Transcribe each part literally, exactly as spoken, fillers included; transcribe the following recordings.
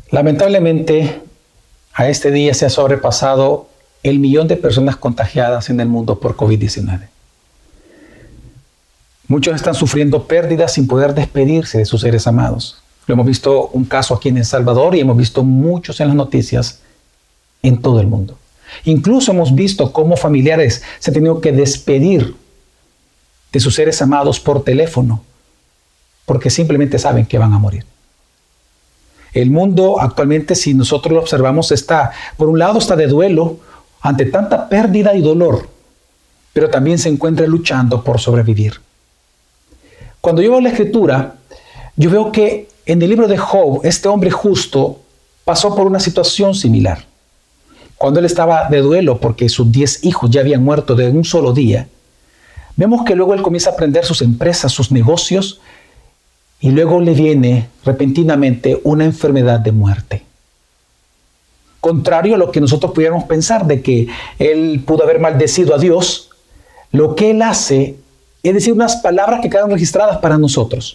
Lamentablemente, a este día se ha sobrepasado el millón de personas contagiadas en el mundo por COVID diecinueve. Muchos están sufriendo pérdidas sin poder despedirse de sus seres amados. Lo hemos visto un caso aquí en El Salvador y hemos visto muchos en las noticias en todo el mundo. Incluso hemos visto cómo familiares se han tenido que despedir de sus seres amados por teléfono porque simplemente saben que van a morir. El mundo actualmente, si nosotros lo observamos, está, por un lado, está de duelo ante tanta pérdida y dolor, pero también se encuentra luchando por sobrevivir. Cuando yo veo la Escritura, yo veo que en el libro de Job, este hombre justo pasó por una situación similar. Cuando él estaba de duelo porque sus diez hijos ya habían muerto de un solo día, vemos que luego él comienza a aprender sus empresas, sus negocios, y luego le viene repentinamente una enfermedad de muerte. Contrario a lo que nosotros pudiéramos pensar de que él pudo haber maldecido a Dios, lo que él hace es decir unas palabras que quedan registradas para nosotros.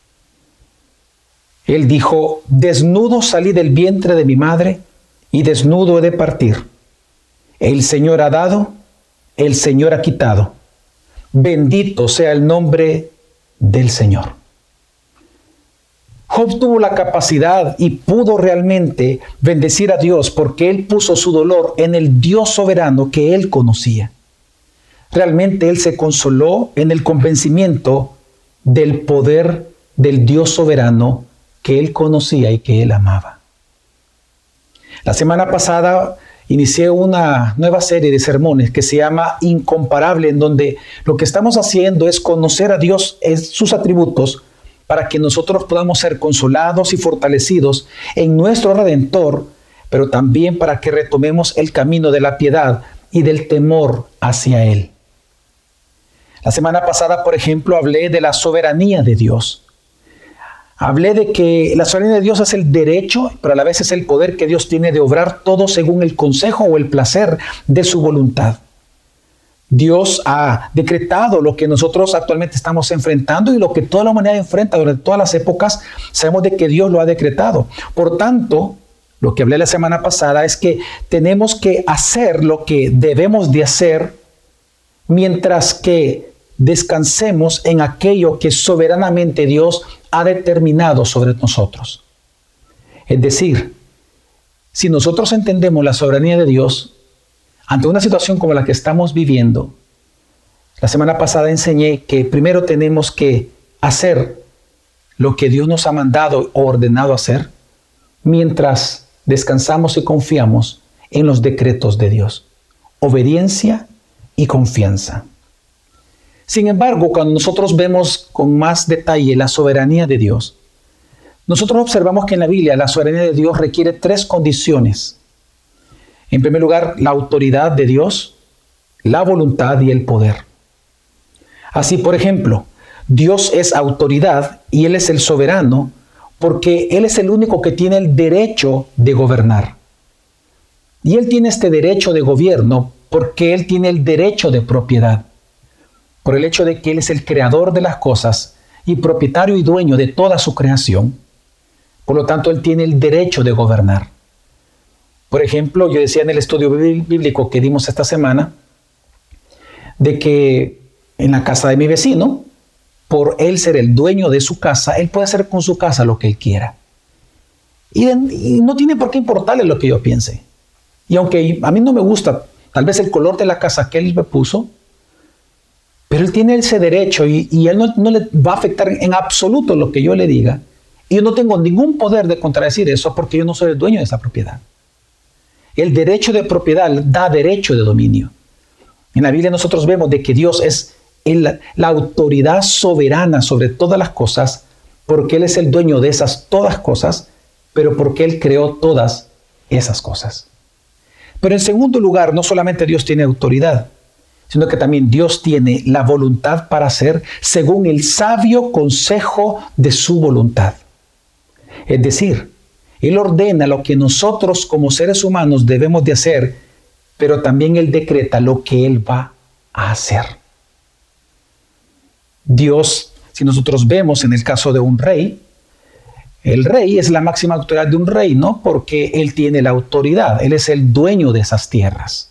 Él dijo: desnudo salí del vientre de mi madre y desnudo he de partir. El Señor ha dado, el Señor ha quitado. Bendito sea el nombre del Señor. Job tuvo la capacidad y pudo realmente bendecir a Dios porque él puso su dolor en el Dios soberano que él conocía. Realmente él se consoló en el convencimiento del poder del Dios soberano que él conocía y que él amaba. La semana pasada inicié una nueva serie de sermones que se llama Incomparable, en donde lo que estamos haciendo es conocer a Dios, es sus atributos, para que nosotros podamos ser consolados y fortalecidos en nuestro Redentor, pero también para que retomemos el camino de la piedad y del temor hacia Él. La semana pasada, por ejemplo, hablé de la soberanía de Dios. Hablé de que la soberanía de Dios es el derecho, pero a la vez es el poder que Dios tiene de obrar todo según el consejo o el placer de su voluntad. Dios ha decretado lo que nosotros actualmente estamos enfrentando y lo que toda la humanidad enfrenta durante todas las épocas. Sabemos de que Dios lo ha decretado. Por tanto, lo que hablé la semana pasada es que tenemos que hacer lo que debemos de hacer mientras que descansemos en aquello que soberanamente Dios ha determinado sobre nosotros. Es decir, si nosotros entendemos la soberanía de Dios, ante una situación como la que estamos viviendo, la semana pasada enseñé que primero tenemos que hacer lo que Dios nos ha mandado o ordenado hacer, mientras descansamos y confiamos en los decretos de Dios. Obediencia y confianza. Sin embargo, cuando nosotros vemos con más detalle la soberanía de Dios, nosotros observamos que en la Biblia la soberanía de Dios requiere tres condiciones. En primer lugar, la autoridad de Dios, la voluntad y el poder. Así, por ejemplo, Dios es autoridad y Él es el soberano porque Él es el único que tiene el derecho de gobernar. Y Él tiene este derecho de gobierno porque Él tiene el derecho de propiedad, por el hecho de que Él es el creador de las cosas y propietario y dueño de toda su creación. Por lo tanto, Él tiene el derecho de gobernar. Por ejemplo, yo decía en el estudio bíblico que dimos esta semana, de que en la casa de mi vecino, por él ser el dueño de su casa, él puede hacer con su casa lo que él quiera. Y, y no tiene por qué importarle lo que yo piense. Y aunque a mí no me gusta tal vez el color de la casa que él me puso, pero él tiene ese derecho y, y él no, no le va a afectar en absoluto lo que yo le diga. Y yo no tengo ningún poder de contradecir eso porque yo no soy el dueño de esa propiedad. El derecho de propiedad da derecho de dominio. En la Biblia nosotros vemos de que Dios es el, la autoridad soberana sobre todas las cosas, porque Él es el dueño de esas todas cosas, pero porque Él creó todas esas cosas. Pero en segundo lugar, no solamente Dios tiene autoridad, sino que también Dios tiene la voluntad para hacer según el sabio consejo de su voluntad. Es decir, Él ordena lo que nosotros como seres humanos debemos de hacer, pero también Él decreta lo que Él va a hacer. Dios, si nosotros vemos en el caso de un rey, El rey es la máxima autoridad de un reino porque él tiene la autoridad, él es el dueño de esas tierras.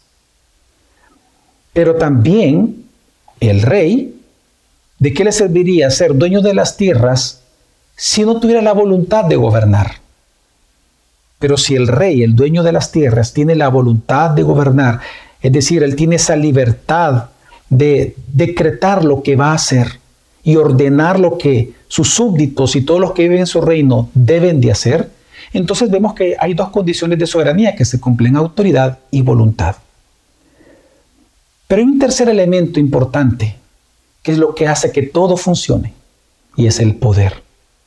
Pero también el rey, ¿de qué le serviría ser dueño de las tierras si no tuviera la voluntad de gobernar? Pero si el rey, el dueño de las tierras, tiene la voluntad de gobernar, es decir, él tiene esa libertad de decretar lo que va a hacer y ordenar lo que sus súbditos y todos los que viven en su reino deben de hacer, entonces vemos que hay dos condiciones de soberanía que se cumplen: autoridad y voluntad. Pero hay un tercer elemento importante, que es lo que hace que todo funcione, y es el poder.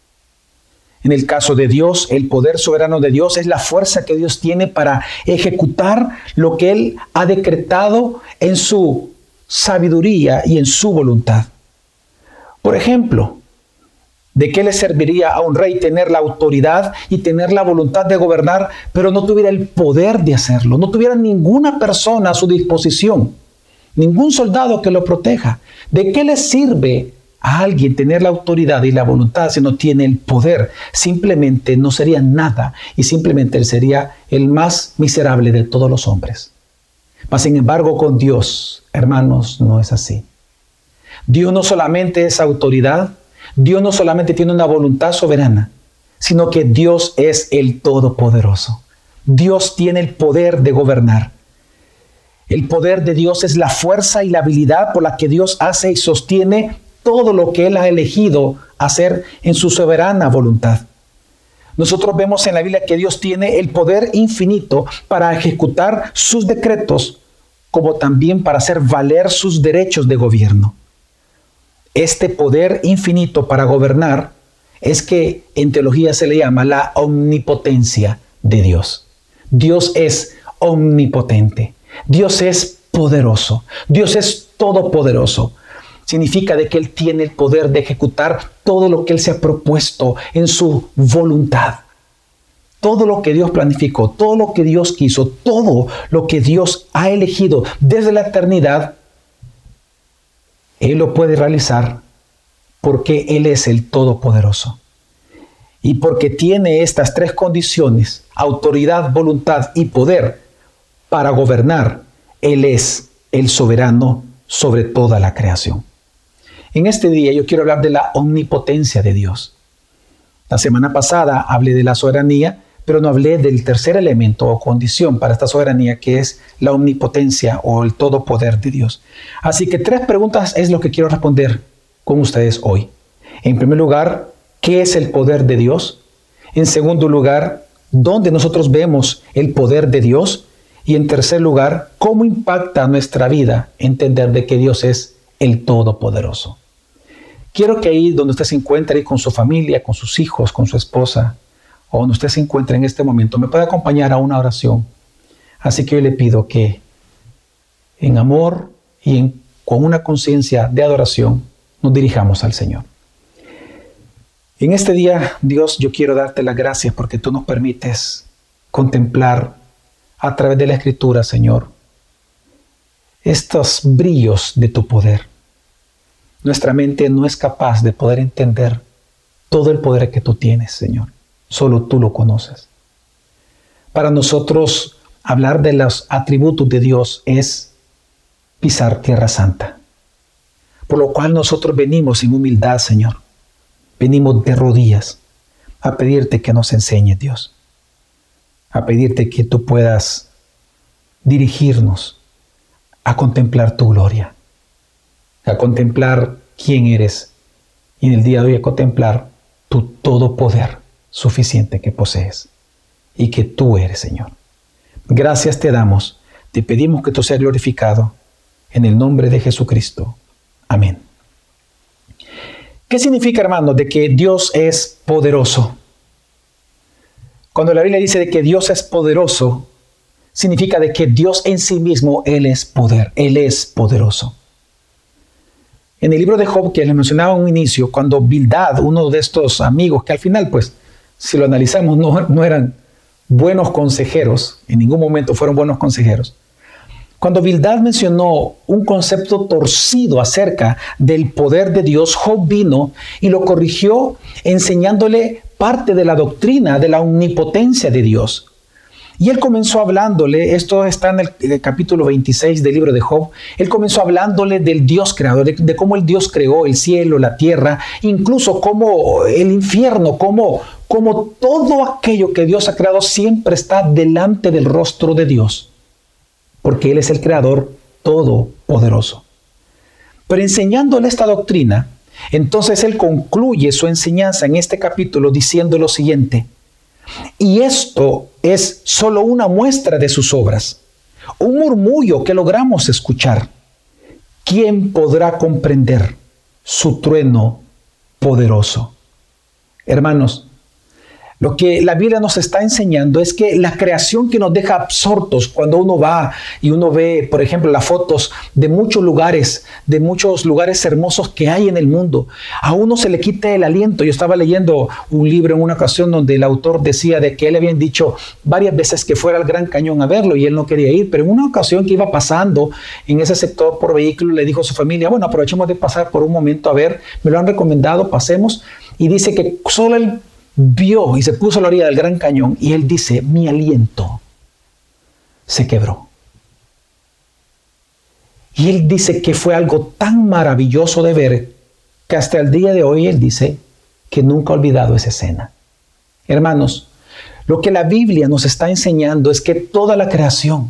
En el caso de Dios, el poder soberano de Dios es la fuerza que Dios tiene para ejecutar lo que Él ha decretado en su sabiduría y en su voluntad. Por ejemplo, ¿de qué le serviría a un rey tener la autoridad y tener la voluntad de gobernar, pero no tuviera el poder de hacerlo? No tuviera ninguna persona a su disposición, ningún soldado que lo proteja. ¿De qué le sirve a alguien tener la autoridad y la voluntad si no tiene el poder? Simplemente no sería nada y simplemente él sería el más miserable de todos los hombres. Mas sin embargo, con Dios, hermanos, no es así. Dios no solamente es autoridad, Dios no solamente tiene una voluntad soberana, sino que Dios es el Todopoderoso. Dios tiene el poder de gobernar. El poder de Dios es la fuerza y la habilidad por la que Dios hace y sostiene todo lo que Él ha elegido hacer en su soberana voluntad. Nosotros vemos en la Biblia que Dios tiene el poder infinito para ejecutar sus decretos, como también para hacer valer sus derechos de gobierno. Este poder infinito para gobernar es que en teología se le llama la omnipotencia de Dios. Dios es omnipotente. Dios es poderoso. Dios es todopoderoso. Significa de que Él tiene el poder de ejecutar todo lo que Él se ha propuesto en su voluntad. Todo lo que Dios planificó, todo lo que Dios quiso, todo lo que Dios ha elegido desde la eternidad, Él lo puede realizar porque Él es el Todopoderoso. Y porque tiene estas tres condiciones, autoridad, voluntad y poder, para gobernar, Él es el soberano sobre toda la creación. En este día yo quiero hablar de la omnipotencia de Dios. La semana pasada hablé de la soberanía, pero no hablé del tercer elemento o condición para esta soberanía, que es la omnipotencia o el todopoder de Dios. Así que tres preguntas es lo que quiero responder con ustedes hoy. En primer lugar, ¿qué es el poder de Dios? En segundo lugar, ¿dónde nosotros vemos el poder de Dios? Y en tercer lugar, ¿cómo impacta nuestra vida entender de que Dios es el Todopoderoso? Quiero que ahí donde usted se encuentre, ahí con su familia, con sus hijos, con su esposa, o donde usted se encuentre en este momento, me pueda acompañar a una oración. Así que yo le pido que en amor y en, con una conciencia de adoración nos dirijamos al Señor. En este día, Dios, yo quiero darte las gracias porque tú nos permites contemplar a través de la Escritura, Señor, estos brillos de tu poder. Nuestra mente no es capaz de poder entender todo el poder que tú tienes, Señor. Solo tú lo conoces. Para nosotros, hablar de los atributos de Dios es pisar tierra santa. Por lo cual nosotros venimos en humildad, Señor. Venimos de rodillas a pedirte que nos enseñes, Dios. A pedirte que tú puedas dirigirnos a contemplar tu gloria, a contemplar quién eres y en el día de hoy a contemplar tu todo poder suficiente que posees y que tú eres, Señor. Gracias te damos, te pedimos que tú seas glorificado en el nombre de Jesucristo. Amén. ¿Qué significa, hermanos, de que Dios es poderoso? Cuando la Biblia dice de que Dios es poderoso, significa de que Dios en sí mismo, Él es poder, Él es poderoso. En el libro de Job, que les mencionaba en un inicio, cuando Bildad, uno de estos amigos, que al final, pues, si lo analizamos, no, no eran buenos consejeros, en ningún momento fueron buenos consejeros. Cuando Bildad mencionó un concepto torcido acerca del poder de Dios, Job vino y lo corrigió enseñándole parte de la doctrina de la omnipotencia de Dios. Y él comenzó hablándole, esto está en el, en el capítulo veintiséis del libro de Job, él comenzó hablándole del Dios creador, de, de cómo el Dios creó el cielo, la tierra, incluso cómo el infierno, cómo, cómo todo aquello que Dios ha creado siempre está delante del rostro de Dios, porque Él es el creador todopoderoso. Pero enseñándole esta doctrina, entonces él concluye su enseñanza en este capítulo diciendo lo siguiente: y esto es solo una muestra de sus obras, un murmullo que logramos escuchar. ¿Quién podrá comprender su trueno poderoso? Hermanos, lo que la Biblia nos está enseñando es que la creación que nos deja absortos cuando uno va y uno ve, por ejemplo, las fotos de muchos lugares, de muchos lugares hermosos que hay en el mundo, a uno se le quita el aliento. Yo estaba leyendo un libro en una ocasión donde el autor decía de que él habían dicho varias veces que fuera al Gran Cañón a verlo y él no quería ir, pero en una ocasión que iba pasando en ese sector por vehículo, le dijo a su familia: bueno, aprovechemos de pasar por un momento a ver, me lo han recomendado, pasemos. Y dice que solo él vio y se puso a la orilla del Gran Cañón y él dice: mi aliento se quebró. Y él dice que fue algo tan maravilloso de ver que hasta el día de hoy él dice que nunca ha olvidado esa escena. Hermanos, lo que la Biblia nos está enseñando es que toda la creación,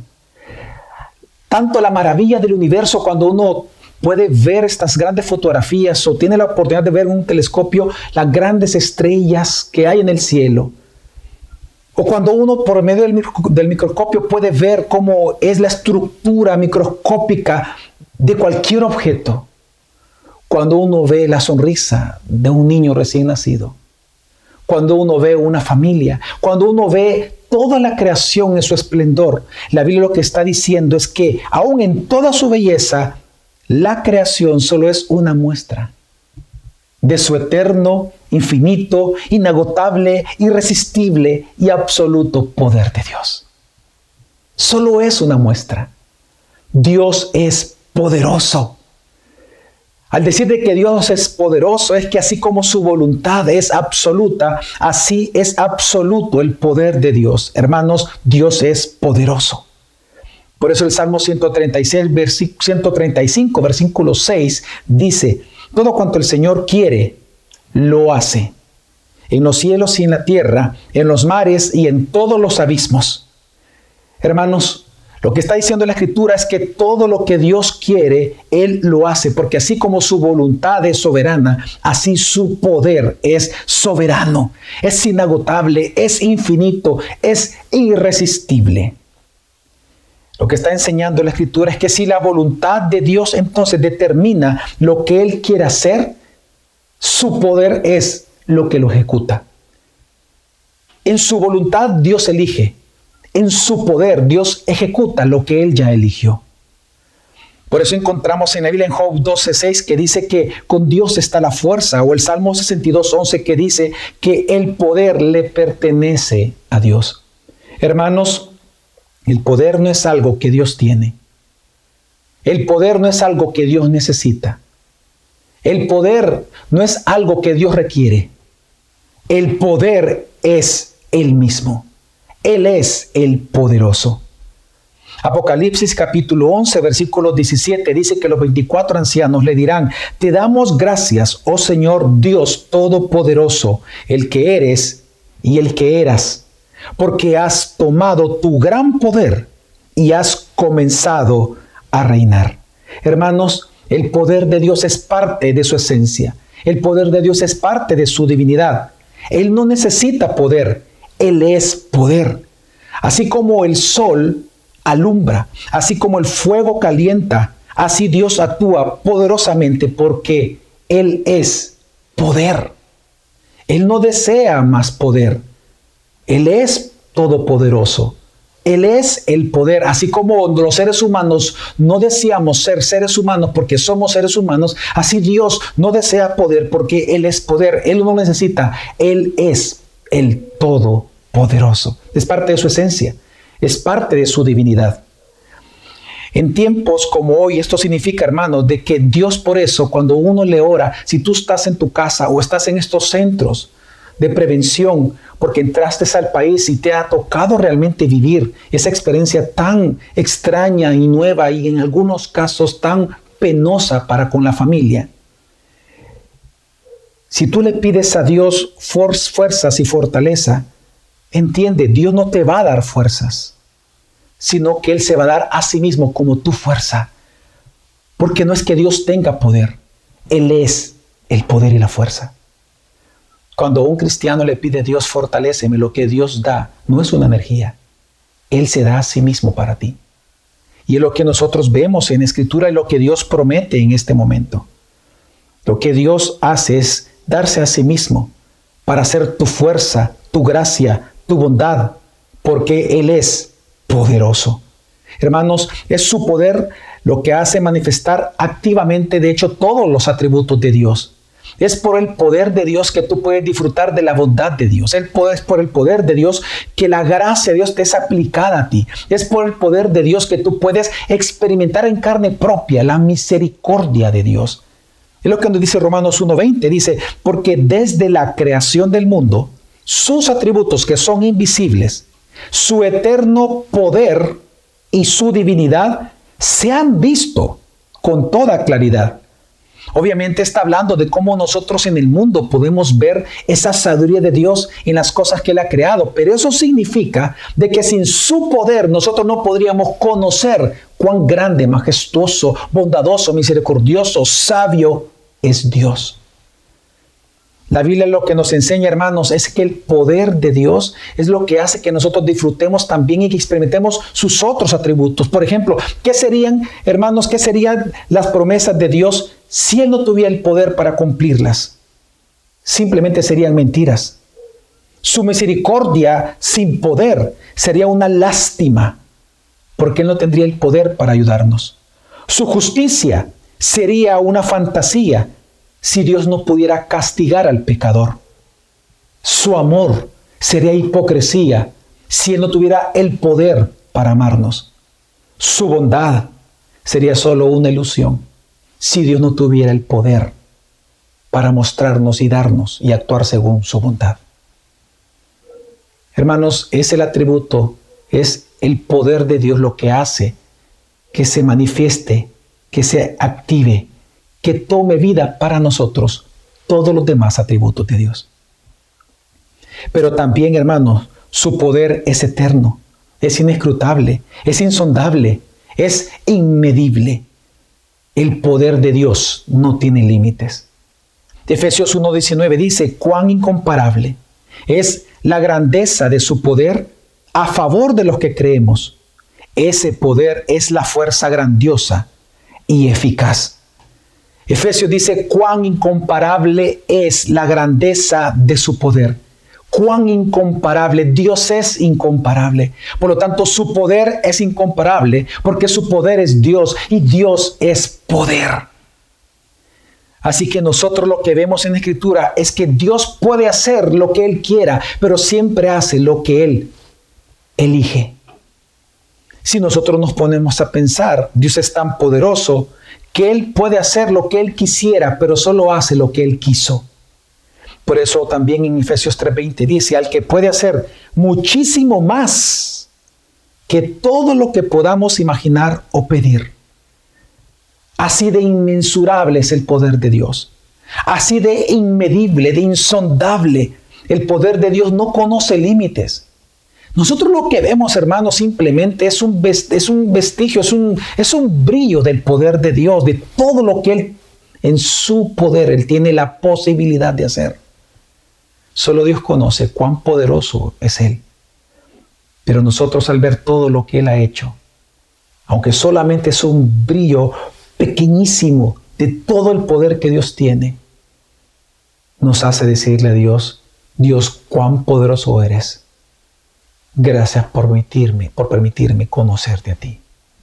tanto la maravilla del universo, cuando uno puede ver estas grandes fotografías o tiene la oportunidad de ver en un telescopio las grandes estrellas que hay en el cielo, o cuando uno por medio del, micro, del microscopio puede ver cómo es la estructura microscópica de cualquier objeto, cuando uno ve la sonrisa de un niño recién nacido, cuando uno ve una familia, cuando uno ve toda la creación en su esplendor, la Biblia lo que está diciendo es que aún en toda su belleza, la creación solo es una muestra de su eterno, infinito, inagotable, irresistible y absoluto poder de Dios. Solo es una muestra. Dios es poderoso. Al decir de que Dios es poderoso, es que así como su voluntad es absoluta, así es absoluto el poder de Dios. Hermanos, Dios es poderoso. Por eso el Salmo ciento treinta y seis, ciento treinta y cinco, versículo seis, dice: todo cuanto el Señor quiere, lo hace. En los cielos y en la tierra, en los mares y en todos los abismos. Hermanos, lo que está diciendo la Escritura es que todo lo que Dios quiere, Él lo hace. Porque así como su voluntad es soberana, así su poder es soberano. Es inagotable, es infinito, es irresistible. Lo que está enseñando la Escritura es que si la voluntad de Dios entonces determina lo que Él quiere hacer, su poder es lo que lo ejecuta. En su voluntad Dios elige. En su poder Dios ejecuta lo que Él ya eligió. Por eso encontramos en la Biblia en Job doce seis que dice que con Dios está la fuerza, o el Salmo sesenta y dos once que dice que el poder le pertenece a Dios. Hermanos, el poder no es algo que Dios tiene. El poder no es algo que Dios necesita. El poder no es algo que Dios requiere. El poder es Él mismo. Él es el poderoso. Apocalipsis capítulo once, versículo diecisiete dice que los veinticuatro ancianos le dirán: te damos gracias, oh Señor Dios Todopoderoso, el que eres y el que eras, porque has tomado tu gran poder y has comenzado a reinar. Hermanos, el poder de Dios es parte de su esencia. El poder de Dios es parte de su divinidad. Él no necesita poder, Él es poder. Así como el sol alumbra, así como el fuego calienta, así Dios actúa poderosamente porque Él es poder. Él no desea más poder. Él es todopoderoso. Él es el poder. Así como los seres humanos no deseamos ser seres humanos porque somos seres humanos, así Dios no desea poder porque Él es poder. Él no necesita. Él es el todopoderoso. Es parte de su esencia. Es parte de su divinidad. En tiempos como hoy, esto significa, hermanos, de que Dios, por eso, cuando uno le ora, si tú estás en tu casa o estás en estos centros de prevención, porque entraste al país y te ha tocado realmente vivir esa experiencia tan extraña y nueva y en algunos casos tan penosa para con la familia. Si tú le pides a Dios fuerzas y fortaleza, entiende, Dios no te va a dar fuerzas, sino que Él se va a dar a sí mismo como tu fuerza. Porque no es que Dios tenga poder, Él es el poder y la fuerza. Cuando un cristiano le pide a Dios, fortaléceme, lo que Dios da no es una energía. Él se da a sí mismo para ti. Y es lo que nosotros vemos en Escritura y lo que Dios promete en este momento. Lo que Dios hace es darse a sí mismo para ser tu fuerza, tu gracia, tu bondad, porque Él es poderoso. Hermanos, es su poder lo que hace manifestar activamente, de hecho, todos los atributos de Dios. Es por el poder de Dios que tú puedes disfrutar de la bondad de Dios. Es por el poder de Dios que la gracia de Dios te es aplicada a ti. Es por el poder de Dios que tú puedes experimentar en carne propia la misericordia de Dios. Es lo que nos dice Romanos uno veinte. Dice, porque desde la creación del mundo, sus atributos que son invisibles, su eterno poder y su divinidad se han visto con toda claridad. Obviamente está hablando de cómo nosotros en el mundo podemos ver esa sabiduría de Dios en las cosas que Él ha creado. Pero eso significa de que sin su poder nosotros no podríamos conocer cuán grande, majestuoso, bondadoso, misericordioso, sabio es Dios. La Biblia lo que nos enseña, hermanos, es que el poder de Dios es lo que hace que nosotros disfrutemos también y que experimentemos sus otros atributos. Por ejemplo, ¿qué serían, hermanos, qué serían las promesas de Dios si Él no tuviera el poder para cumplirlas? Simplemente serían mentiras. Su misericordia sin poder sería una lástima, porque Él no tendría el poder para ayudarnos. Su justicia sería una fantasía si Dios no pudiera castigar al pecador. Su amor sería hipocresía si Él no tuviera el poder para amarnos. Su bondad sería solo una ilusión si Dios no tuviera el poder para mostrarnos y darnos y actuar según su bondad. Hermanos, es el atributo, es el poder de Dios lo que hace que se manifieste, que se active, que tome vida para nosotros todos los demás atributos de Dios. Pero también, hermanos, su poder es eterno, es inescrutable, es insondable, es inmedible. El poder de Dios no tiene límites. Efesios uno diecinueve dice, cuán incomparable es la grandeza de su poder a favor de los que creemos. Ese poder es la fuerza grandiosa y eficaz. Efesios dice, cuán incomparable es la grandeza de su poder. Cuán incomparable. Dios es incomparable. Por lo tanto, su poder es incomparable porque su poder es Dios y Dios es poder. Así que nosotros lo que vemos en la Escritura es que Dios puede hacer lo que Él quiera, pero siempre hace lo que Él elige. Si nosotros nos ponemos a pensar, Dios es tan poderoso que Él puede hacer lo que Él quisiera, pero solo hace lo que Él quiso. Por eso también en Efesios tres veinte dice, al que puede hacer muchísimo más que todo lo que podamos imaginar o pedir. Así de inmensurable es el poder de Dios. Así de inmedible, de insondable. El poder de Dios no conoce límites. Nosotros lo que vemos, hermanos, simplemente es un, es un vestigio, es un, es un brillo del poder de Dios, de todo lo que Él, en su poder, Él tiene la posibilidad de hacer. Solo Dios conoce cuán poderoso es Él. Pero nosotros al ver todo lo que Él ha hecho, aunque solamente es un brillo pequeñísimo de todo el poder que Dios tiene, nos hace decirle a Dios, Dios, cuán poderoso eres. Gracias por permitirme, por permitirme conocerte a ti.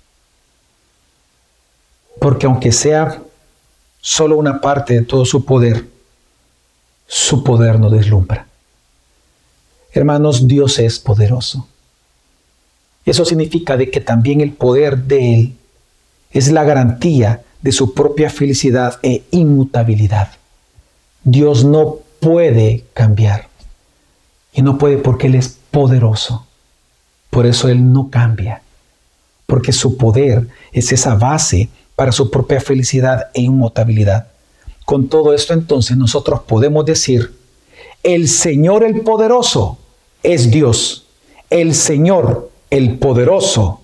Porque aunque sea solo una parte de todo su poder, su poder nos deslumbra. Hermanos, Dios es poderoso. Eso significa de que también el poder de Él es la garantía de su propia felicidad e inmutabilidad. Dios no puede cambiar. Y no puede porque Él es poderoso. Por eso Él no cambia. Porque su poder es esa base para su propia felicidad e inmutabilidad. Con todo esto entonces nosotros podemos decir, el Señor el poderoso es Dios. El Señor el poderoso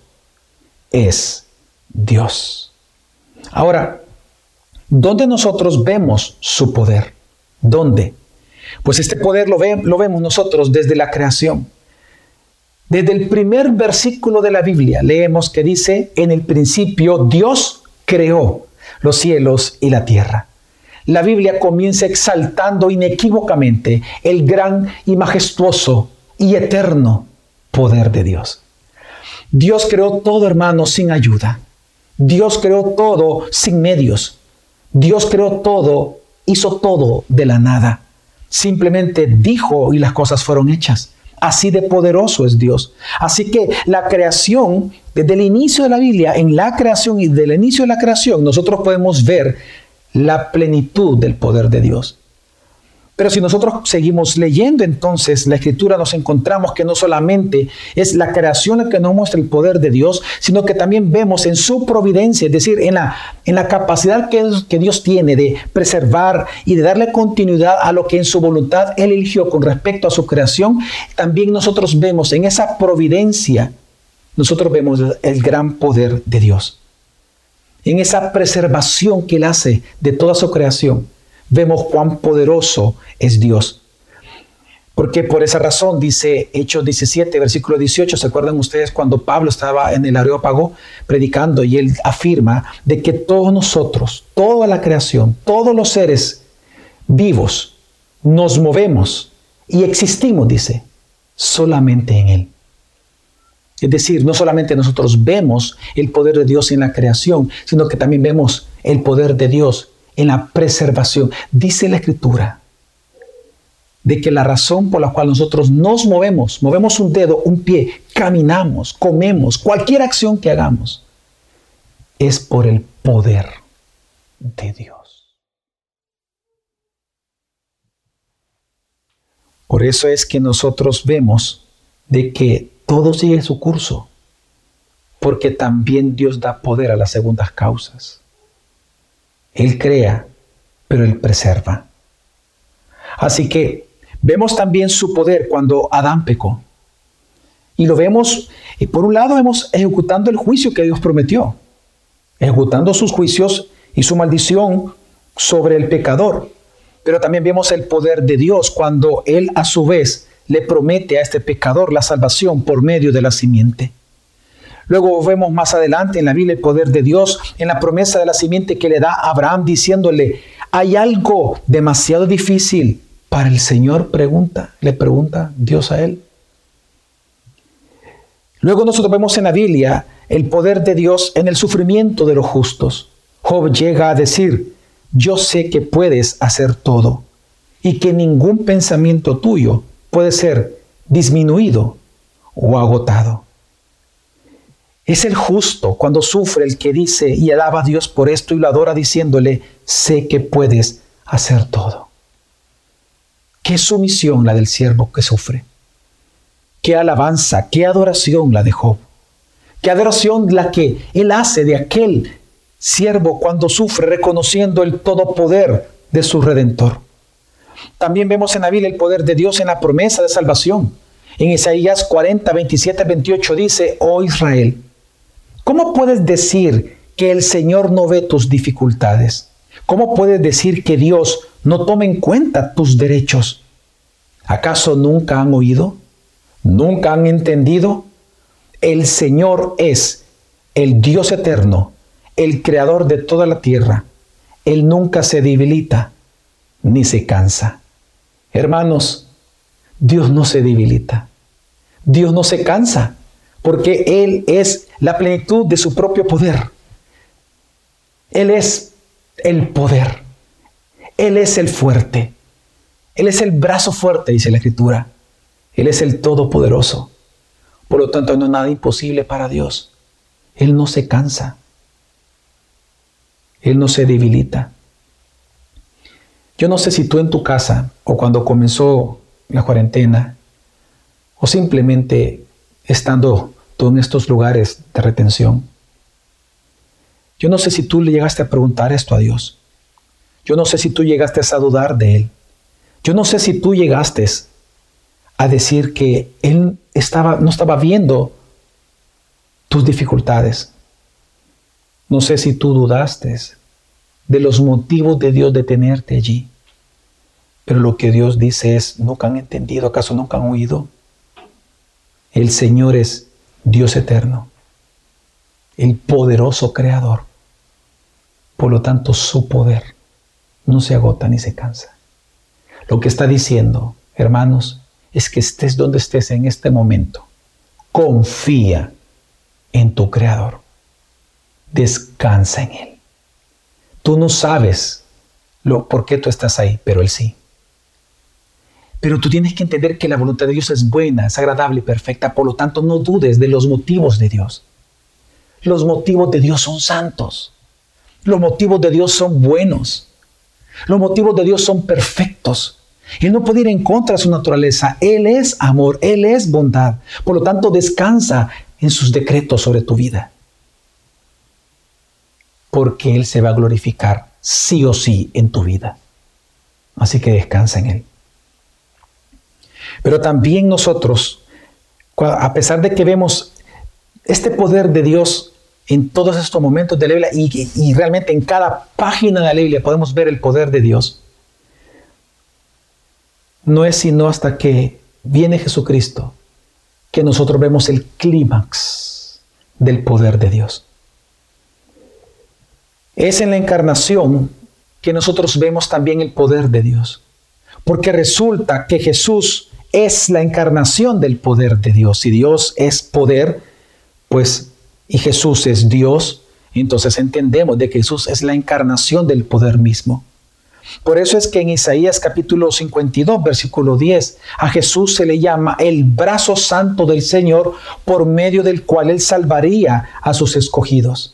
es Dios. Ahora, ¿dónde nosotros vemos su poder? ¿Dónde? Pues este poder lo, ve, lo vemos nosotros desde la creación. Desde el primer versículo de la Biblia leemos que dice, en el principio Dios creó los cielos y la tierra. La Biblia comienza exaltando inequívocamente el gran y majestuoso y eterno poder de Dios. Dios creó todo, hermano, sin ayuda. Dios creó todo sin medios. Dios creó todo, hizo todo de la nada. Simplemente dijo y las cosas fueron hechas. Así de poderoso es Dios. Así que la creación, desde el inicio de la Biblia, en la creación y desde el inicio de la creación, nosotros podemos ver la plenitud del poder de Dios. Pero si nosotros seguimos leyendo entonces la Escritura, nos encontramos que no solamente es la creación la que nos muestra el poder de Dios, sino que también vemos en su providencia, es decir, en la, en la capacidad que, que Dios tiene de preservar y de darle continuidad a lo que en su voluntad Él eligió con respecto a su creación. También nosotros vemos en esa providencia, nosotros vemos el gran poder de Dios. En esa preservación que Él hace de toda su creación, vemos cuán poderoso es Dios. Porque por esa razón dice Hechos diecisiete, versículo dieciocho, ¿se acuerdan ustedes cuando Pablo estaba en el Areópago predicando y él afirma de que todos nosotros, toda la creación, todos los seres vivos, nos movemos y existimos, dice, solamente en Él? Es decir, no solamente nosotros vemos el poder de Dios en la creación, sino que también vemos el poder de Dios en la preservación. Dice la Escritura de que la razón por la cual nosotros nos movemos, movemos un dedo, un pie, caminamos, comemos, cualquier acción que hagamos, es por el poder de Dios. Por eso es que nosotros vemos de que todo sigue su curso, porque también Dios da poder a las segundas causas. Él crea, pero Él preserva. Así que vemos también su poder cuando Adán pecó. Y lo vemos, y por un lado, vemos ejecutando el juicio que Dios prometió, ejecutando sus juicios y su maldición sobre el pecador. Pero también vemos el poder de Dios cuando Él a su vez le promete a este pecador la salvación por medio de la simiente. Luego vemos más adelante en la Biblia el poder de Dios en la promesa de la simiente que le da a Abraham diciéndole, ¿hay algo demasiado difícil para el Señor? Pregunta, le pregunta Dios a él. Luego nosotros vemos en la Biblia el poder de Dios en el sufrimiento de los justos. Job llega a decir, yo sé que puedes hacer todo y que ningún pensamiento tuyo puede ser disminuido o agotado. Es el justo cuando sufre el que dice y alaba a Dios por esto y lo adora diciéndole, sé que puedes hacer todo. Qué sumisión la del siervo que sufre. Qué alabanza, qué adoración la de Job. Qué adoración la que él hace de aquel siervo cuando sufre, reconociendo el todopoder de su Redentor. También vemos en la Biblia el poder de Dios en la promesa de salvación. En Isaías cuarenta, veintisiete, veintiocho dice, oh Israel, ¿cómo puedes decir que el Señor no ve tus dificultades? ¿Cómo puedes decir que Dios no toma en cuenta tus derechos? ¿Acaso nunca han oído? ¿Nunca han entendido? El Señor es el Dios eterno, el creador de toda la tierra. Él nunca se debilita ni se cansa. Hermanos, Dios no se debilita. Dios no se cansa, porque Él es la plenitud de su propio poder. Él es el poder. Él es el fuerte. Él es el brazo fuerte, dice la Escritura. Él es el todopoderoso. Por lo tanto, no hay nada imposible para Dios. Él no se cansa. Él no se debilita. Yo no sé si tú en tu casa o cuando comenzó la cuarentena, o simplemente estando tú en estos lugares de retención. Yo no sé si tú le llegaste a preguntar esto a Dios. Yo no sé si tú llegaste a dudar de Él. Yo no sé si tú llegaste a decir que Él estaba, no estaba viendo tus dificultades. No sé si tú dudaste de los motivos de Dios de tenerte allí. Pero lo que Dios dice es, ¿nunca han entendido? ¿Acaso nunca han oído? El Señor es Dios eterno, el poderoso Creador. Por lo tanto, su poder no se agota ni se cansa. Lo que está diciendo, hermanos, es que estés donde estés en este momento, confía en tu Creador. Descansa en Él. Tú no sabes lo, por qué tú estás ahí, pero Él sí. Pero tú tienes que entender que la voluntad de Dios es buena, es agradable y perfecta. Por lo tanto, no dudes de los motivos de Dios. Los motivos de Dios son santos. Los motivos de Dios son buenos. Los motivos de Dios son perfectos. Él no puede ir en contra de su naturaleza. Él es amor, Él es bondad. Por lo tanto, descansa en sus decretos sobre tu vida. Porque Él se va a glorificar sí o sí en tu vida. Así que descansa en Él. Pero también nosotros, a pesar de que vemos este poder de Dios en todos estos momentos de la Biblia y, y realmente en cada página de la Biblia podemos ver el poder de Dios, no es sino hasta que viene Jesucristo que nosotros vemos el clímax del poder de Dios. Es en la encarnación que nosotros vemos también el poder de Dios, porque resulta que Jesús es la encarnación del poder de Dios. Si Dios es poder, pues, y Jesús es Dios, entonces entendemos de que Jesús es la encarnación del poder mismo. Por eso es que en Isaías capítulo cincuenta y dos, versículo diez, a Jesús se le llama el brazo santo del Señor, por medio del cual Él salvaría a sus escogidos.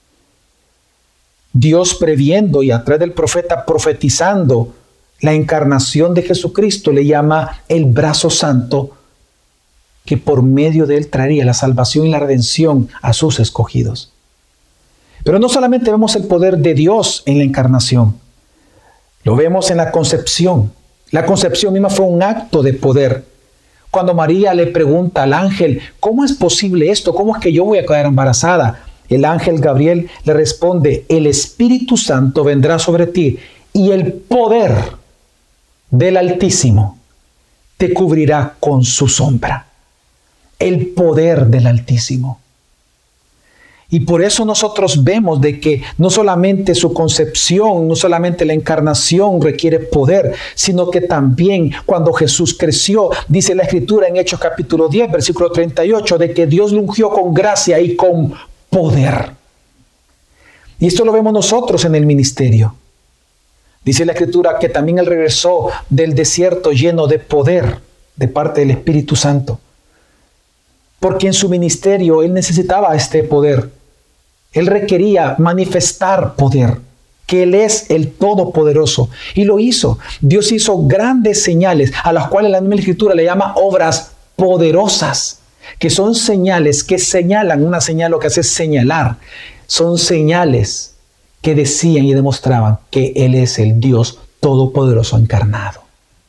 Dios previendo y a través del profeta profetizando la encarnación de Jesucristo le llama el brazo santo, que por medio de Él traería la salvación y la redención a sus escogidos. Pero no solamente vemos el poder de Dios en la encarnación, lo vemos en la concepción. La concepción misma fue un acto de poder. Cuando María le pregunta al ángel, ¿cómo es posible esto? ¿Cómo es que yo voy a quedar embarazada? El ángel Gabriel le responde, el Espíritu Santo vendrá sobre ti y el poder del Altísimo te cubrirá con su sombra. El poder del Altísimo. Y por eso nosotros vemos de que no solamente su concepción, no solamente la encarnación requiere poder, sino que también cuando Jesús creció, dice la Escritura en Hechos capítulo diez, versículo treinta y ocho, de que Dios lo ungió con gracia y con poder. Y esto lo vemos nosotros en el ministerio. Dice la Escritura que también Él regresó del desierto lleno de poder de parte del Espíritu Santo. Porque en su ministerio Él necesitaba este poder. Él requería manifestar poder, que Él es el Todopoderoso. Y lo hizo. Dios hizo grandes señales, a las cuales la misma Escritura le llama obras poderosas, que son señales que señalan. Una señal lo que hace es señalar. Son señales que decían y demostraban que Él es el Dios Todopoderoso encarnado.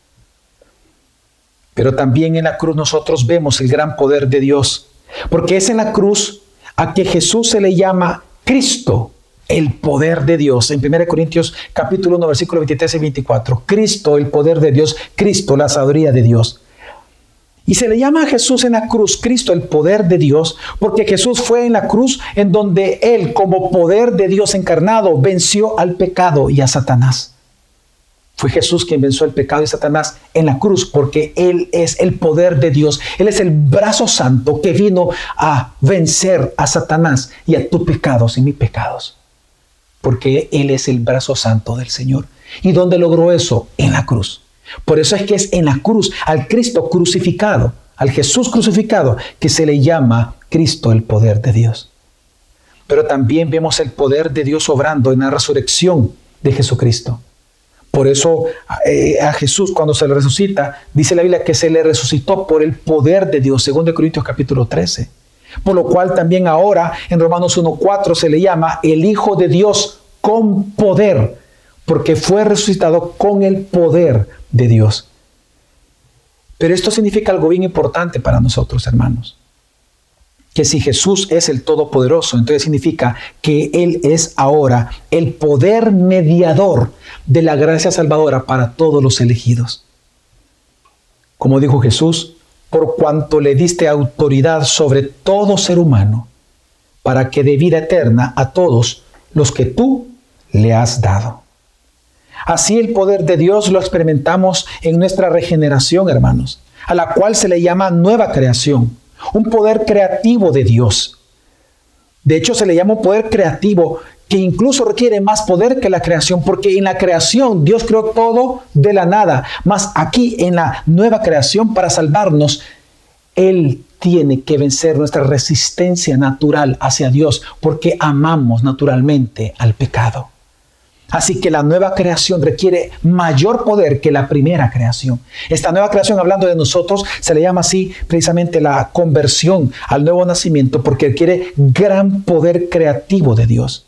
Pero también en la cruz nosotros vemos el gran poder de Dios, porque es en la cruz a que Jesús se le llama Cristo, el poder de Dios. En primera Corintios capítulo uno, versículos veintitrés y veinticuatro, Cristo, el poder de Dios, Cristo, la sabiduría de Dios. Y se le llama a Jesús en la cruz, Cristo, el poder de Dios, porque Jesús fue en la cruz en donde Él, como poder de Dios encarnado, venció al pecado y a Satanás. Fue Jesús quien venció el pecado y Satanás en la cruz, porque Él es el poder de Dios. Él es el brazo santo que vino a vencer a Satanás y a tus pecados y mis pecados. Porque Él es el brazo santo del Señor. ¿Y dónde logró eso? En la cruz. Por eso es que es en la cruz, al Cristo crucificado, al Jesús crucificado, que se le llama Cristo el poder de Dios. Pero también vemos el poder de Dios obrando en la resurrección de Jesucristo. Por eso eh, a Jesús, cuando se le resucita, dice la Biblia que se le resucitó por el poder de Dios, segundo Corintios capítulo trece. Por lo cual también ahora en Romanos uno cuatro se le llama el Hijo de Dios con poder, porque fue resucitado con el poder de Dios. Pero esto significa algo bien importante para nosotros, hermanos. Que si Jesús es el Todopoderoso, entonces significa que Él es ahora el poder mediador de la gracia salvadora para todos los elegidos. Como dijo Jesús, por cuanto le diste autoridad sobre todo ser humano, para que dé vida eterna a todos los que tú le has dado. Así el poder de Dios lo experimentamos en nuestra regeneración, hermanos, a la cual se le llama nueva creación. Un poder creativo de Dios. De hecho, se le llama un poder creativo que incluso requiere más poder que la creación, porque en la creación Dios creó todo de la nada. Mas aquí en la nueva creación, para salvarnos, Él tiene que vencer nuestra resistencia natural hacia Dios, porque amamos naturalmente al pecado. Así que la nueva creación requiere mayor poder que la primera creación. Esta nueva creación, hablando de nosotros, se le llama así precisamente la conversión al nuevo nacimiento, porque requiere gran poder creativo de Dios.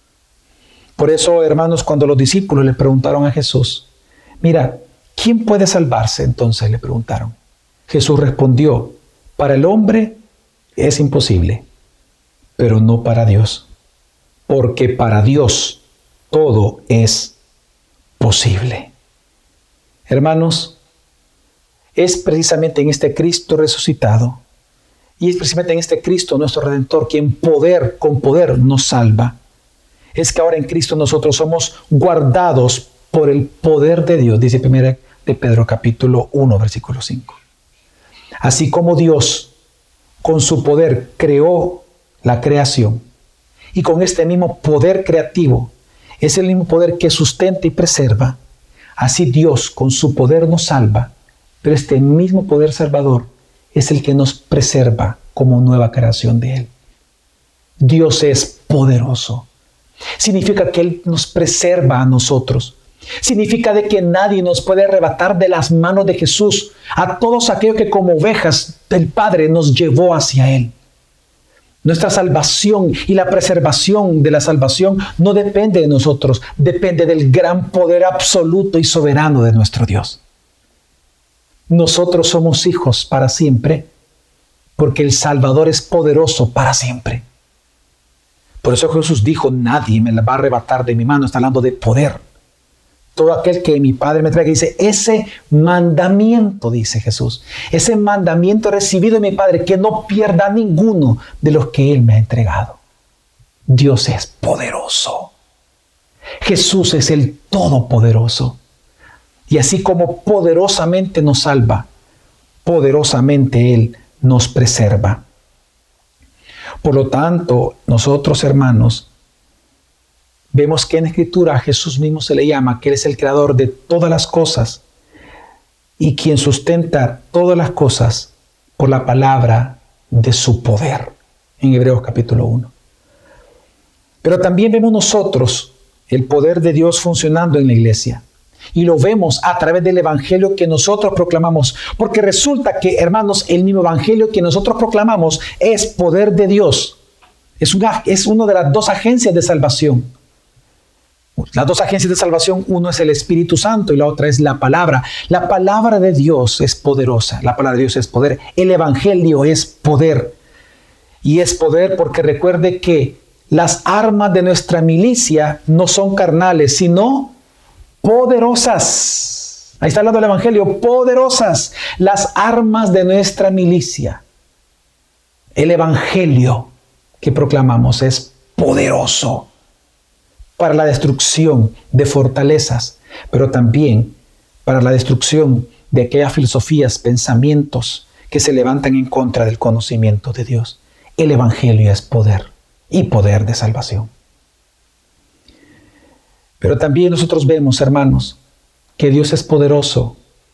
Por eso, hermanos, cuando los discípulos le preguntaron a Jesús, mira, ¿quién puede salvarse? Entonces le preguntaron. Jesús respondió, para el hombre es imposible, pero no para Dios, porque para Dios todo es posible. Hermanos, es precisamente en este Cristo resucitado y es precisamente en este Cristo nuestro Redentor quien poder con poder nos salva. Es que ahora en Cristo nosotros somos guardados por el poder de Dios, dice primero de Pedro capítulo uno, versículo cinco. Así como Dios con su poder creó la creación y con este mismo poder creativo es el mismo poder que sustenta y preserva. Así Dios con su poder nos salva, pero este mismo poder salvador es el que nos preserva como nueva creación de Él. Dios es poderoso. Significa que Él nos preserva a nosotros. Significa de que nadie nos puede arrebatar de las manos de Jesús a todos aquellos que como ovejas del Padre nos llevó hacia Él. Nuestra salvación y la preservación de la salvación no depende de nosotros, depende del gran poder absoluto y soberano de nuestro Dios. Nosotros somos hijos para siempre, porque el Salvador es poderoso para siempre. Por eso Jesús dijo, nadie me la va a arrebatar de mi mano, está hablando de poder. Todo aquel que mi Padre me traiga, dice, ese mandamiento, dice Jesús, ese mandamiento recibido de mi Padre, que no pierda ninguno de los que Él me ha entregado. Dios es poderoso. Jesús es el Todopoderoso. Y así como poderosamente nos salva, poderosamente Él nos preserva. Por lo tanto, nosotros, hermanos, vemos que en la Escritura a Jesús mismo se le llama que Él es el creador de todas las cosas y quien sustenta todas las cosas por la palabra de su poder, en Hebreos capítulo uno. Pero también vemos nosotros el poder de Dios funcionando en la iglesia. Y lo vemos a través del evangelio que nosotros proclamamos. Porque resulta que, hermanos, el mismo evangelio que nosotros proclamamos es poder de Dios. Es una, es una de las dos agencias de salvación. Las dos agencias de salvación, uno es el Espíritu Santo y la otra es la palabra. La palabra de Dios es poderosa. La palabra de Dios es poder. El evangelio es poder. Y es poder porque recuerde que las armas de nuestra milicia no son carnales, sino poderosas. Ahí está hablando del evangelio, poderosas. Las armas de nuestra milicia. El evangelio que proclamamos es poderoso para la destrucción de fortalezas, pero también para la destrucción de aquellas filosofías, pensamientos que se levantan en contra del conocimiento de Dios. El evangelio es poder y poder de salvación. Pero también nosotros vemos, hermanos, que Dios es poderoso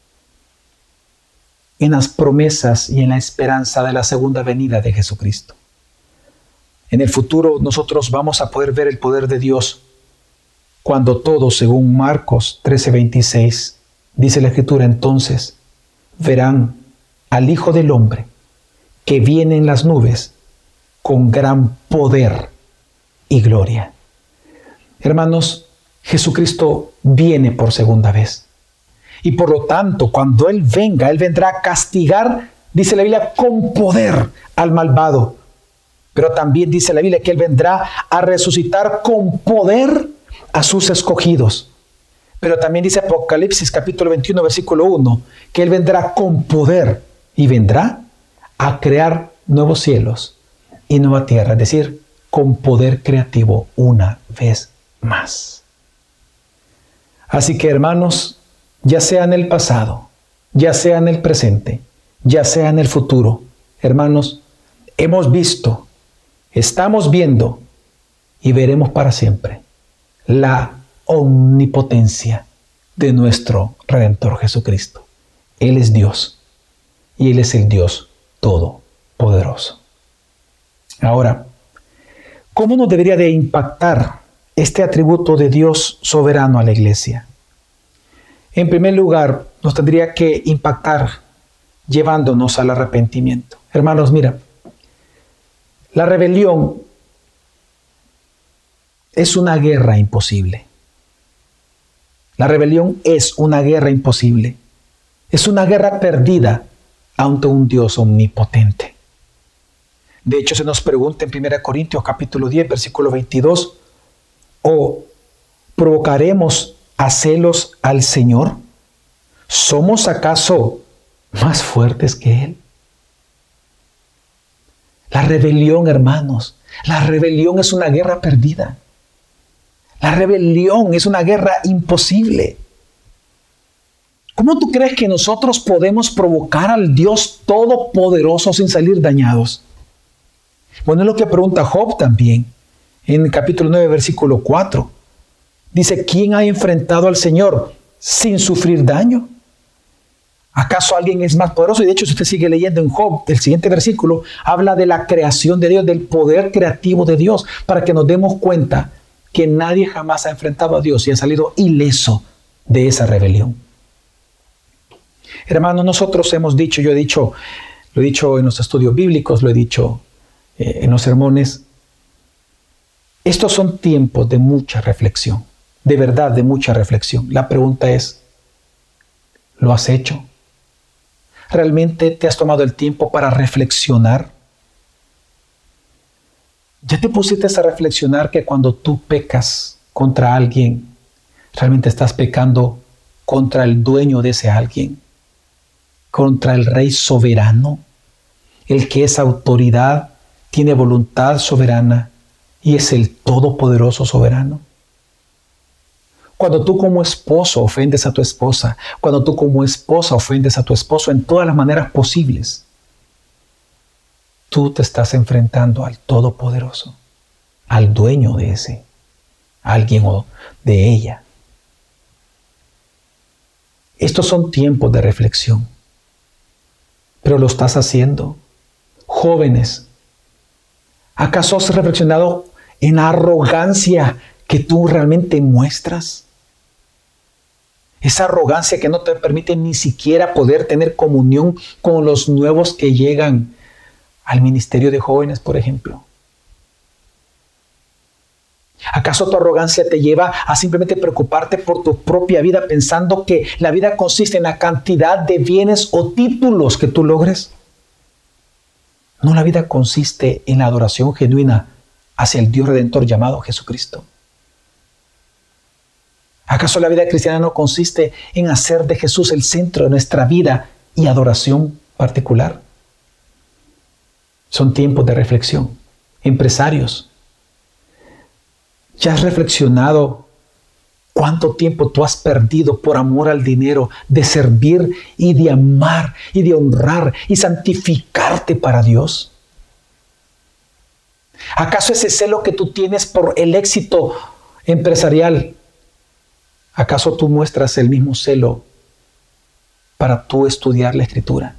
en las promesas y en la esperanza de la segunda venida de Jesucristo. En el futuro nosotros vamos a poder ver el poder de Dios Cuando todos, según Marcos trece veintiséis, dice la Escritura, entonces verán al Hijo del Hombre que viene en las nubes con gran poder y gloria. Hermanos, Jesucristo viene por segunda vez. Y por lo tanto, cuando Él venga, Él vendrá a castigar, dice la Biblia, con poder al malvado. Pero también dice la Biblia que Él vendrá a resucitar con poder a sus escogidos. Pero también dice Apocalipsis capítulo veintiuno, versículo uno, que Él vendrá con poder y vendrá a crear nuevos cielos y nueva tierra, es decir, con poder creativo una vez más. Así que, hermanos, ya sea en el pasado, ya sea en el presente, ya sea en el futuro, hermanos, hemos visto, estamos viendo y veremos para siempre la omnipotencia de nuestro Redentor Jesucristo. Él es Dios y Él es el Dios todopoderoso. Ahora, ¿cómo nos debería de impactar este atributo de Dios soberano a la iglesia? En primer lugar, nos tendría que impactar llevándonos al arrepentimiento. Hermanos, mira, la rebelión es una guerra imposible. La rebelión es una guerra imposible. Es una guerra perdida ante un Dios omnipotente. De hecho, se nos pregunta en primera Corintios capítulo diez, versículo veintidós, ¿o provocaremos a celos al Señor? ¿Somos acaso más fuertes que Él? La rebelión, hermanos, la rebelión es una guerra perdida. La rebelión es una guerra imposible. ¿Cómo tú crees que nosotros podemos provocar al Dios Todopoderoso sin salir dañados? Bueno, es lo que pregunta Job también, en el capítulo nueve, versículo cuatro. Dice, ¿quién ha enfrentado al Señor sin sufrir daño? ¿Acaso alguien es más poderoso? Y de hecho, si usted sigue leyendo en Job, el siguiente versículo habla de la creación de Dios, del poder creativo de Dios, para que nos demos cuenta que nadie jamás ha enfrentado a Dios y ha salido ileso de esa rebelión. Hermanos, nosotros hemos dicho, yo he dicho, lo he dicho en los estudios bíblicos, lo he dicho eh, en los sermones, estos son tiempos de mucha reflexión, de verdad, de mucha reflexión. La pregunta es, ¿lo has hecho? ¿Realmente te has tomado el tiempo para reflexionar? ¿Ya te pusiste a reflexionar que cuando tú pecas contra alguien, realmente estás pecando contra el dueño de ese alguien? Contra el Rey soberano, el que es autoridad, tiene voluntad soberana y es el todopoderoso soberano. Cuando tú como esposo ofendes a tu esposa, cuando tú como esposa ofendes a tu esposo en todas las maneras posibles, tú te estás enfrentando al Todopoderoso, al dueño de ese, alguien o de ella. Estos son tiempos de reflexión, pero lo estás haciendo. Jóvenes, ¿acaso has reflexionado en la arrogancia que tú realmente muestras? Esa arrogancia que no te permite ni siquiera poder tener comunión con los nuevos que llegan al ministerio de jóvenes, por ejemplo. ¿Acaso tu arrogancia te lleva a simplemente preocuparte por tu propia vida pensando que la vida consiste en la cantidad de bienes o títulos que tú logres? No, la vida consiste en la adoración genuina hacia el Dios Redentor llamado Jesucristo. ¿Acaso la vida cristiana no consiste en hacer de Jesús el centro de nuestra vida y adoración particular? Son tiempos de reflexión. Empresarios, ¿ya has reflexionado cuánto tiempo tú has perdido por amor al dinero, de servir y de amar y de honrar y santificarte para Dios? ¿Acaso ese celo que tú tienes por el éxito empresarial, acaso tú muestras el mismo celo para tú estudiar la Escritura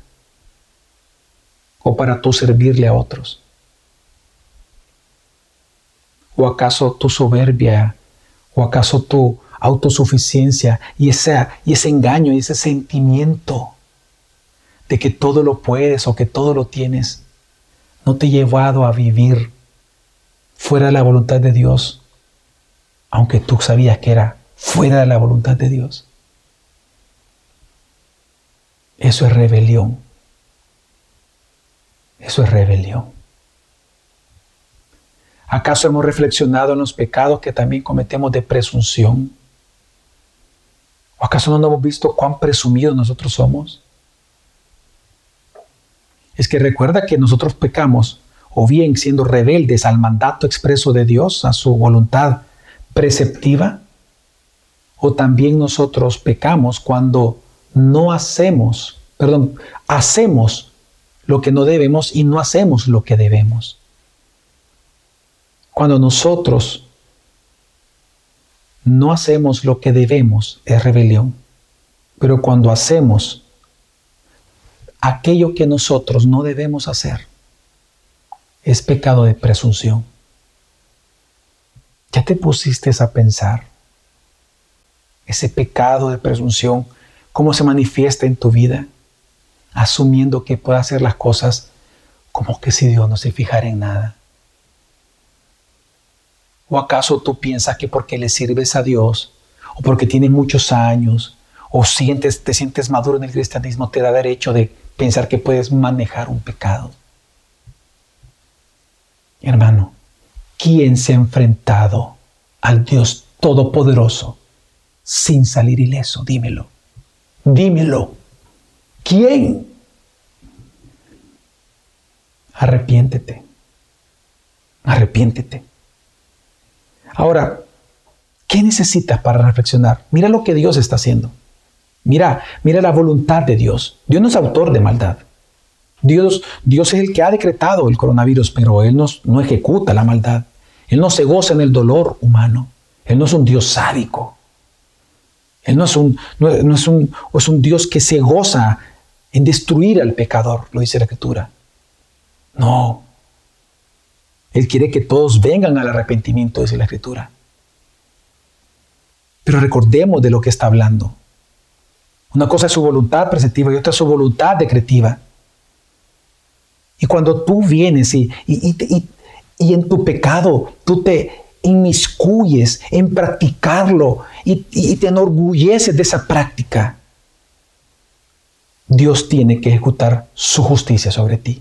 o para tú servirle a otros? ¿O acaso tu soberbia ¿O acaso tu autosuficiencia y ese, y ese engaño y ese sentimiento de que todo lo puedes o que todo lo tienes no te ha llevado a vivir fuera de la voluntad de Dios, aunque tú sabías que era fuera de la voluntad de Dios? Eso es rebelión. Eso es rebelión. ¿Acaso hemos reflexionado en los pecados que también cometemos de presunción? ¿O acaso no nos hemos visto cuán presumidos nosotros somos? Es que recuerda que nosotros pecamos o bien siendo rebeldes al mandato expreso de Dios, a su voluntad preceptiva, o también nosotros pecamos cuando no hacemos, perdón, hacemos lo que no debemos y no hacemos lo que debemos. Cuando nosotros no hacemos lo que debemos es rebelión, pero cuando hacemos aquello que nosotros no debemos hacer es pecado de presunción. ¿Ya te pusiste a pensar ese pecado de presunción, cómo se manifiesta en tu vida? Asumiendo que puedes hacer las cosas como que si Dios no se fijara en nada. ¿O acaso tú piensas que porque le sirves a Dios, o porque tienes muchos años, o sientes, te sientes maduro en el cristianismo, te da derecho de pensar que puedes manejar un pecado? Hermano, ¿quién se ha enfrentado al Dios Todopoderoso sin salir ileso? Dímelo. Dímelo. ¿Quién? Arrepiéntete. Arrepiéntete. Ahora, ¿qué necesitas para reflexionar? Mira lo que Dios está haciendo. Mira, mira la voluntad de Dios. Dios no es autor de maldad. Dios, Dios es el que ha decretado el coronavirus, pero Él no, no ejecuta la maldad. Él no se goza en el dolor humano. Él no es un Dios sádico. Él no es un, no, no es un, es un Dios que se goza en destruir al pecador, lo dice la Escritura. No. Él quiere que todos vengan al arrepentimiento, dice la Escritura. Pero recordemos de lo que está hablando. Una cosa es su voluntad preceptiva y otra es su voluntad decretiva. Y cuando tú vienes y, y, y, y, y en tu pecado tú te inmiscuyes en practicarlo y, y te enorgulleces de esa práctica, Dios tiene que ejecutar su justicia sobre ti.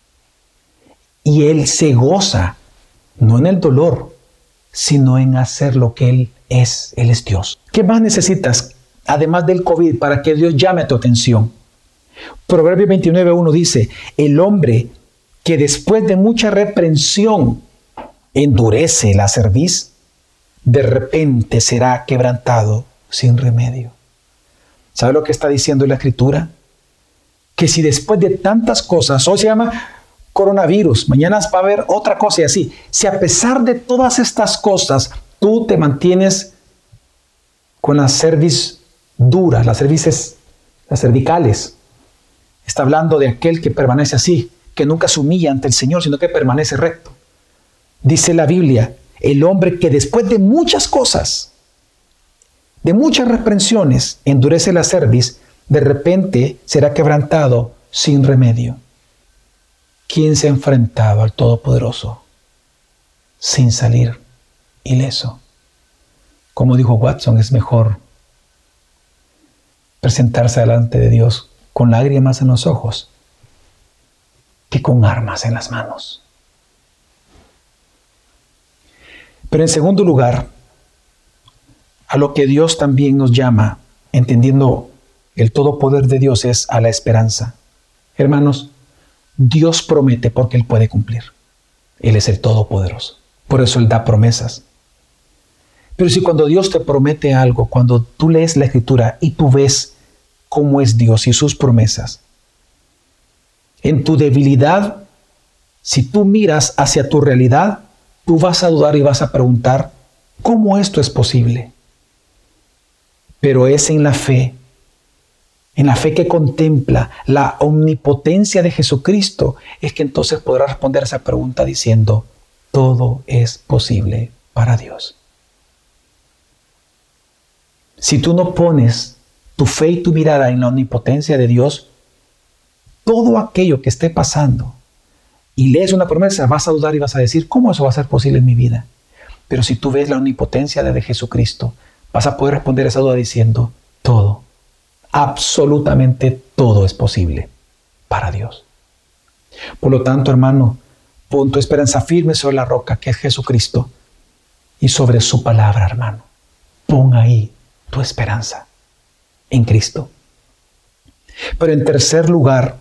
Y Él se goza, no en el dolor, sino en hacer lo que Él es. Él es Dios. ¿Qué más necesitas, además del COVID, para que Dios llame a tu atención? Proverbios veintinueve uno dice, el hombre que después de mucha reprensión endurece la cerviz, de repente será quebrantado sin remedio. ¿Sabe lo que está diciendo la Escritura? Que si después de tantas cosas, hoy se llama coronavirus, mañana va a haber otra cosa y así. Si a pesar de todas estas cosas, tú te mantienes con las cerviz duras, las cervices, las cervicales. Está hablando de aquel que permanece así, que nunca se humilla ante el Señor, sino que permanece recto. Dice la Biblia, el hombre que después de muchas cosas, de muchas reprensiones, endurece la cerviz, de repente será quebrantado sin remedio. ¿Quién se ha enfrentado al Todopoderoso sin salir ileso? Como dijo Watson, es mejor presentarse delante de Dios con lágrimas en los ojos que con armas en las manos. Pero en segundo lugar, a lo que Dios también nos llama, entendiendo el todopoder de Dios, es a la esperanza. Hermanos, Dios promete porque Él puede cumplir. Él es el Todopoderoso. Por eso Él da promesas. Pero si cuando Dios te promete algo, cuando tú lees la Escritura y tú ves cómo es Dios y sus promesas, en tu debilidad, si tú miras hacia tu realidad, tú vas a dudar y vas a preguntar, ¿cómo esto es posible? Pero es en la fe, en la fe que contempla la omnipotencia de Jesucristo, es que entonces podrás responder a esa pregunta diciendo, todo es posible para Dios. Si tú no pones tu fe y tu mirada en la omnipotencia de Dios, todo aquello que esté pasando y lees una promesa, vas a dudar y vas a decir, ¿cómo eso va a ser posible en mi vida? Pero si tú ves la omnipotencia de Jesucristo, vas a poder responder esa duda diciendo, todo, absolutamente todo es posible para Dios. Por lo tanto, hermano, pon tu esperanza firme sobre la roca que es Jesucristo y sobre su palabra, hermano. Pon ahí tu esperanza en Cristo. Pero en tercer lugar,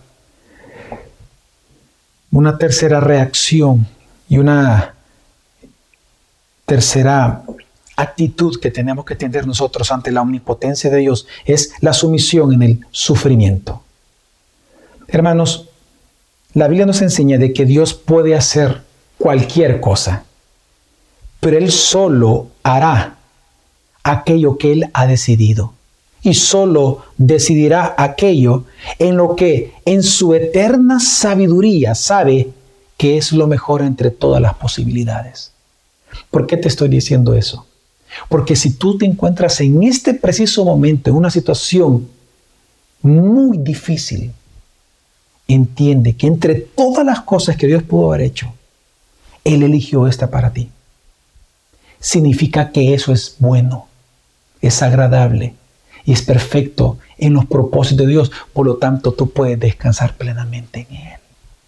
una tercera reacción y una tercera actitud que tenemos que tener nosotros ante la omnipotencia de Dios es la sumisión en el sufrimiento. Hermanos, la Biblia nos enseña de que Dios puede hacer cualquier cosa, pero Él solo hará aquello que Él ha decidido. Y solo decidirá aquello en lo que en su eterna sabiduría sabe que es lo mejor entre todas las posibilidades. ¿Por qué te estoy diciendo eso? Porque si tú te encuentras en este preciso momento en una situación muy difícil, entiende que entre todas las cosas que Dios pudo haber hecho, Él eligió esta para ti. Significa que eso es bueno, es agradable y es perfecto en los propósitos de Dios. Por lo tanto, tú puedes descansar plenamente en Él.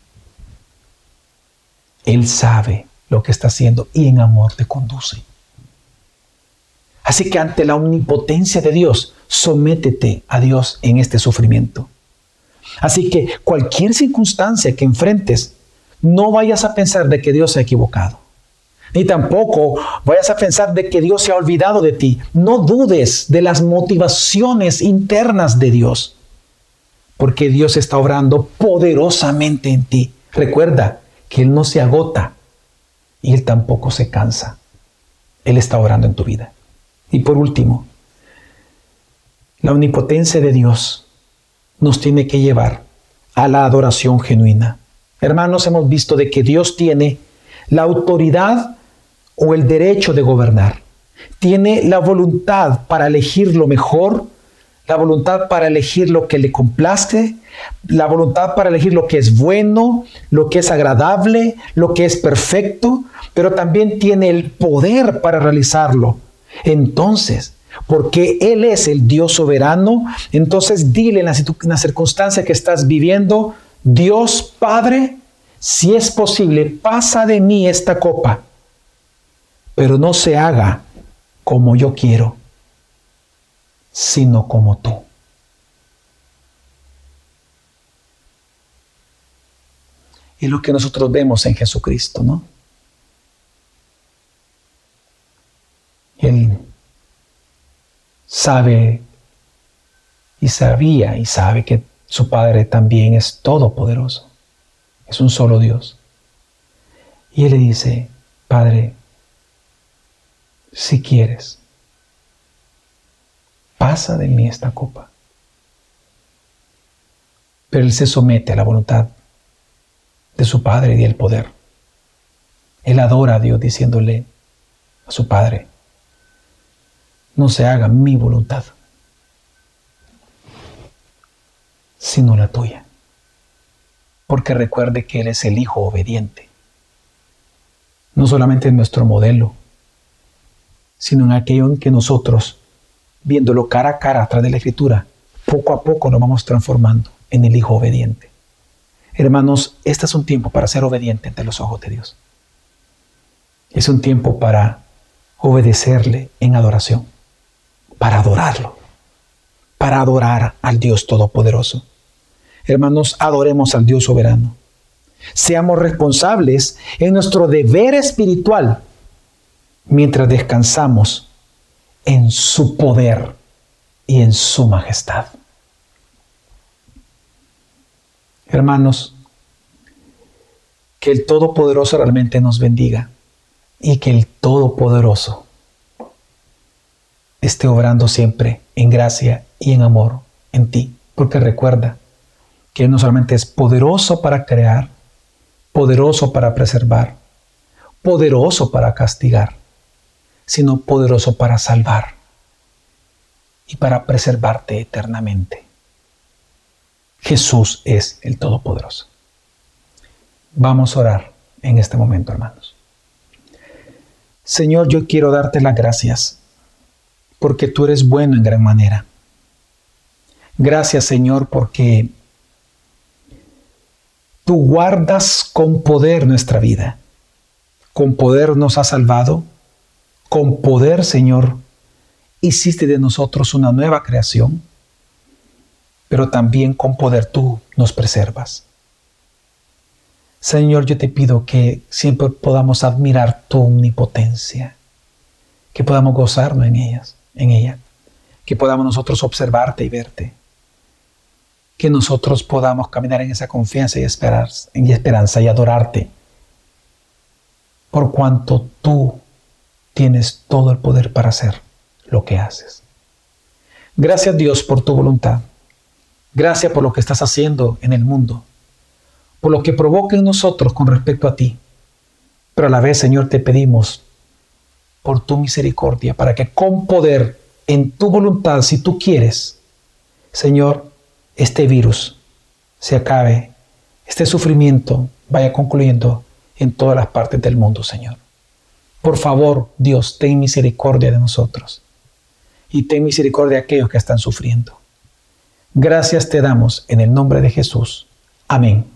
Él sabe lo que está haciendo y en amor te conduce. Así que ante la omnipotencia de Dios, sométete a Dios en este sufrimiento. Así que cualquier circunstancia que enfrentes, no vayas a pensar de que Dios se ha equivocado. Ni tampoco vayas a pensar de que Dios se ha olvidado de ti. No dudes de las motivaciones internas de Dios, porque Dios está obrando poderosamente en ti. Recuerda que Él no se agota y Él tampoco se cansa. Él está obrando en tu vida. Y por último, la omnipotencia de Dios nos tiene que llevar a la adoración genuina. Hermanos, hemos visto de que Dios tiene la autoridad o el derecho de gobernar. Tiene la voluntad para elegir lo mejor, la voluntad para elegir lo que le complace, la voluntad para elegir lo que es bueno, lo que es agradable, lo que es perfecto, pero también tiene el poder para realizarlo. Entonces, porque Él es el Dios soberano, entonces dile en la, en la circunstancia que estás viviendo, Dios Padre, si es posible, pasa de mí esta copa, pero no se haga como yo quiero, sino como tú. Es lo que nosotros vemos en Jesucristo, ¿no? Él sabe y sabía y sabe que su Padre también es todopoderoso. Es un solo Dios. Y Él le dice, Padre, si quieres, pasa de mí esta copa. Pero Él se somete a la voluntad de su Padre y del poder. Él adora a Dios diciéndole a su Padre, no se haga mi voluntad, sino la tuya. Porque recuerde que Él es el Hijo obediente. No solamente en nuestro modelo, sino en aquello en que nosotros, viéndolo cara a cara a través de la Escritura, poco a poco nos vamos transformando en el Hijo obediente. Hermanos, este es un tiempo para ser obediente ante los ojos de Dios. Es un tiempo para obedecerle en adoración, para adorarlo, para adorar al Dios Todopoderoso. Hermanos, adoremos al Dios soberano. Seamos responsables en nuestro deber espiritual mientras descansamos en su poder y en su majestad. Hermanos, que el Todopoderoso realmente nos bendiga y que el Todopoderoso esté obrando siempre en gracia y en amor en ti. Porque recuerda que Él no solamente es poderoso para crear, poderoso para preservar, poderoso para castigar, sino poderoso para salvar. y para preservarte eternamente. Jesús es el Todopoderoso. Vamos a orar en este momento, hermanos. Señor, yo quiero darte las gracias porque tú eres bueno en gran manera. Gracias, Señor, porque tú guardas con poder nuestra vida. Con poder nos has salvado. Con poder, Señor, hiciste de nosotros una nueva creación. Pero también con poder tú nos preservas. Señor, yo te pido que siempre podamos admirar tu omnipotencia. Que podamos gozarnos en ellas, en ella. Que podamos nosotros observarte y verte. Que nosotros podamos caminar en esa confianza y esperar, en esperanza y adorarte. Por cuanto tú tienes todo el poder para hacer lo que haces. Gracias, Dios, por tu voluntad. Gracias por lo que estás haciendo en el mundo. Por lo que provoca en nosotros con respecto a ti. Pero a la vez, Señor, te pedimos por tu misericordia para que con poder en tu voluntad, si tú quieres, Señor, este virus se acabe, este sufrimiento vaya concluyendo en todas las partes del mundo, Señor. Por favor, Dios, ten misericordia de nosotros y ten misericordia de aquellos que están sufriendo. Gracias te damos en el nombre de Jesús. Amén.